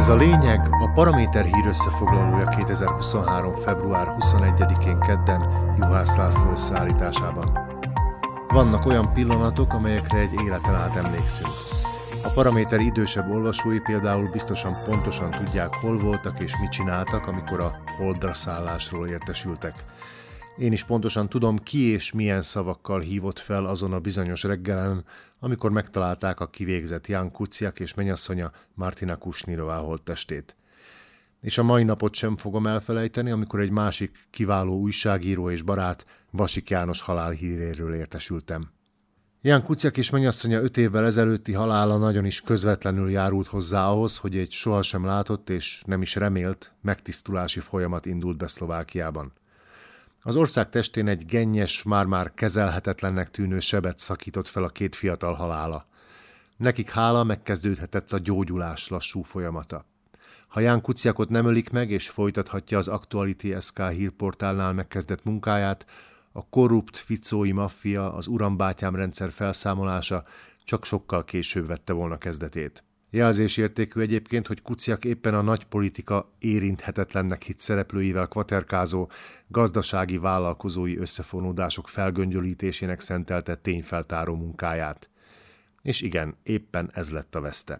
Ez a lényeg a Paraméter hír összefoglalója 2023. február 21-én kedden Juhász László összeállításában. Vannak olyan pillanatok, amelyekre egy életen át emlékszünk. A Paraméter idősebb olvasói például biztosan pontosan tudják, hol voltak és mit csináltak, amikor a Holdra szállásról értesültek. Én is pontosan tudom, ki és milyen szavakkal hívott fel azon a bizonyos reggelen, amikor megtalálták a kivégzett Ján Kuciak és mennyasszonya Martina Kusnírová holttestét. És a mai napot sem fogom elfelejteni, amikor egy másik kiváló újságíró és barát, Vasik János halálhíréről értesültem. Ján Kuciak és mennyasszonya 5 évvel ezelőtti halála nagyon is közvetlenül járult hozzá ahhoz, hogy egy sohasem látott és nem is remélt megtisztulási folyamat indult be Szlovákiában. Az ország testén egy gennyes, már-már kezelhetetlennek tűnő sebet szakított fel a 2 fiatal halála. Nekik hála megkezdődhetett a gyógyulás lassú folyamata. Ha Ján Kuciakot nem ölik meg és folytathatja az Actuality SK hírportálnál megkezdett munkáját, a korrupt ficói maffia, az urambátyám rendszer felszámolása csak sokkal később vette volna kezdetét. Jelzésértékű egyébként, hogy Kuciak éppen a nagy politika érinthetetlennek hitt szereplőivel kvaterkázó, gazdasági vállalkozói összefonódások felgöngyölítésének szentelte tényfeltáró munkáját. És igen, éppen ez lett a veszte.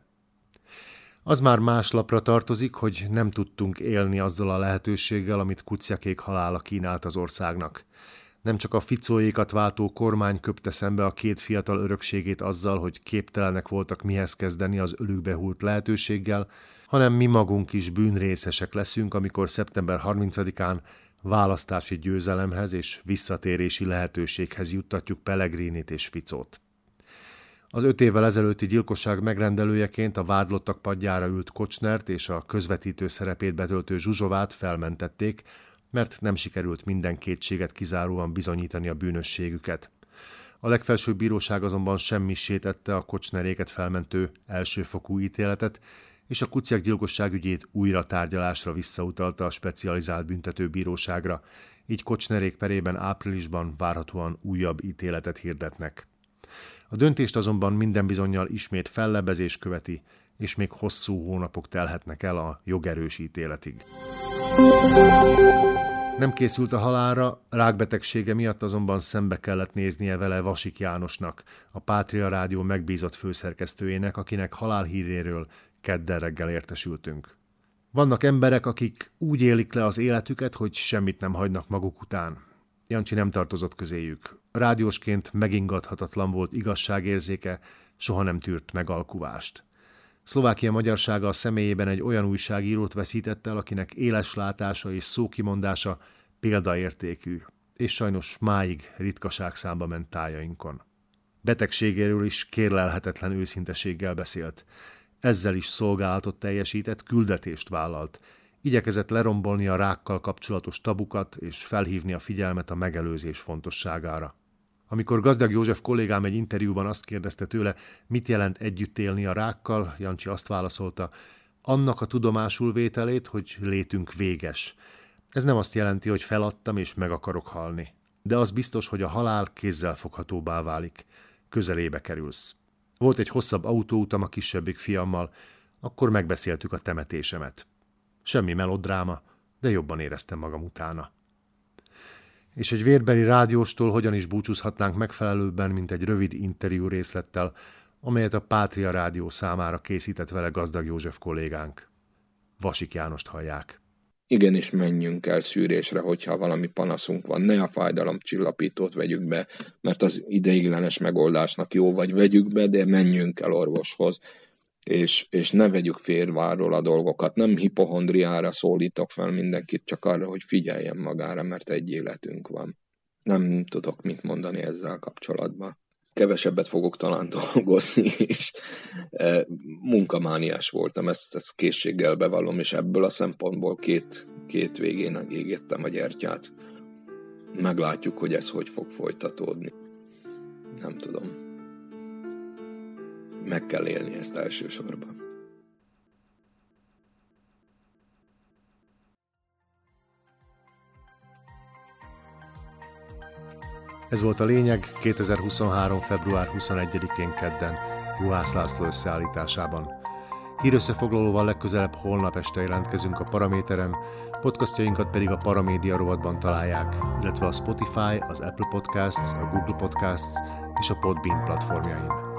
Az már más lapra tartozik, hogy nem tudtunk élni azzal a lehetőséggel, amit Kuciakék halála kínált az országnak. Nem csak a ficóékat váltó kormány köpte szembe a 2 fiatal örökségét azzal, hogy képtelenek voltak mihez kezdeni az ölükbe hult lehetőséggel, hanem mi magunk is bűnrészesek leszünk, amikor szeptember 30-án választási győzelemhez és visszatérési lehetőséghez juttatjuk Pellegrinit és Ficót. Az 5 évvel ezelőtti gyilkosság megrendelőjeként a vádlottak padjára ült Kocnert és a közvetítő szerepét betöltő Zsuzsovát felmentették, mert nem sikerült minden kétséget kizáróan bizonyítani a bűnösségüket. A legfelsőbb bíróság azonban semmissé tette a Kocneréket felmentő elsőfokú ítéletet, és a Kuciak gyilkosság ügyét újra tárgyalásra visszautalta a specializált büntetőbíróságra, így Kocnerék perében áprilisban várhatóan újabb ítéletet hirdetnek. A döntést azonban minden bizonnyal ismét fellebezés követi, és még hosszú hónapok telhetnek el a jogerős ítéletig. Nem készült a halálra, rákbetegsége miatt azonban szembe kellett néznie vele Vasik Jánosnak, a Pátria Rádió megbízott főszerkesztőjének, akinek halálhíréről kedden reggel értesültünk. Vannak emberek, akik úgy élik le az életüket, hogy semmit nem hagynak maguk után. Jancsi nem tartozott közéjük. Rádiósként megingathatatlan volt igazságérzéke, soha nem tűrt megalkuvást. Szlovákia magyarsága a személyében egy olyan újságírót veszített el, akinek éles látása és szókimondása példaértékű, és sajnos máig ritkaságszámba ment tájainkon. Betegségéről is kérlelhetetlen őszinteséggel beszélt. Ezzel is szolgálatot teljesített, küldetést vállalt. Igyekezett lerombolni a rákkal kapcsolatos tabukat és felhívni a figyelmet a megelőzés fontosságára. Amikor Gazdag József kollégám egy interjúban azt kérdezte tőle, mit jelent együtt élni a rákkal, Jancsi azt válaszolta, annak a tudomásul vételét, hogy létünk véges. Ez nem azt jelenti, hogy feladtam és meg akarok halni. De az biztos, hogy a halál kézzelfoghatóbbá válik. Közelébe kerülsz. Volt egy hosszabb autóutam a kisebbik fiammal, akkor megbeszéltük a temetésemet. Semmi melodráma, de jobban éreztem magam utána. És egy vérbeli rádióstól hogyan is búcsúzhatnánk megfelelőbben, mint egy rövid interjú részlettel, amelyet a Pátria Rádió számára készített vele Gazdag József kollégánk. Vasik Jánost hallják. Igenis menjünk el szűrésre, hogyha valami panaszunk van. Ne a fájdalomcsillapítót vegyük be, mert az ideiglenes megoldásnak jó, vagy vegyük be, de menjünk el orvoshoz. És ne vegyük félváról a dolgokat. Nem hipohondriára szólítok fel mindenkit, csak arra, hogy figyeljen magára, mert egy életünk van. Nem tudok mit mondani ezzel kapcsolatban. Kevesebbet fogok talán dolgozni, és munkamániás voltam, ezt készséggel bevallom, és ebből a szempontból két végén égettem a gyertyát. Meglátjuk, hogy ez hogy fog folytatódni. Nem tudom. Meg kell élni ezt elsősorban. Ez volt a lényeg 2023. február 21-én kedden Juhász László összeállításában. Hírösszefoglalóval legközelebb holnap este jelentkezünk a Paraméteren, podcastjainkat pedig a Paramédia rovatban találják, illetve a Spotify, az Apple Podcasts, a Google Podcasts és a Podbean platformjain.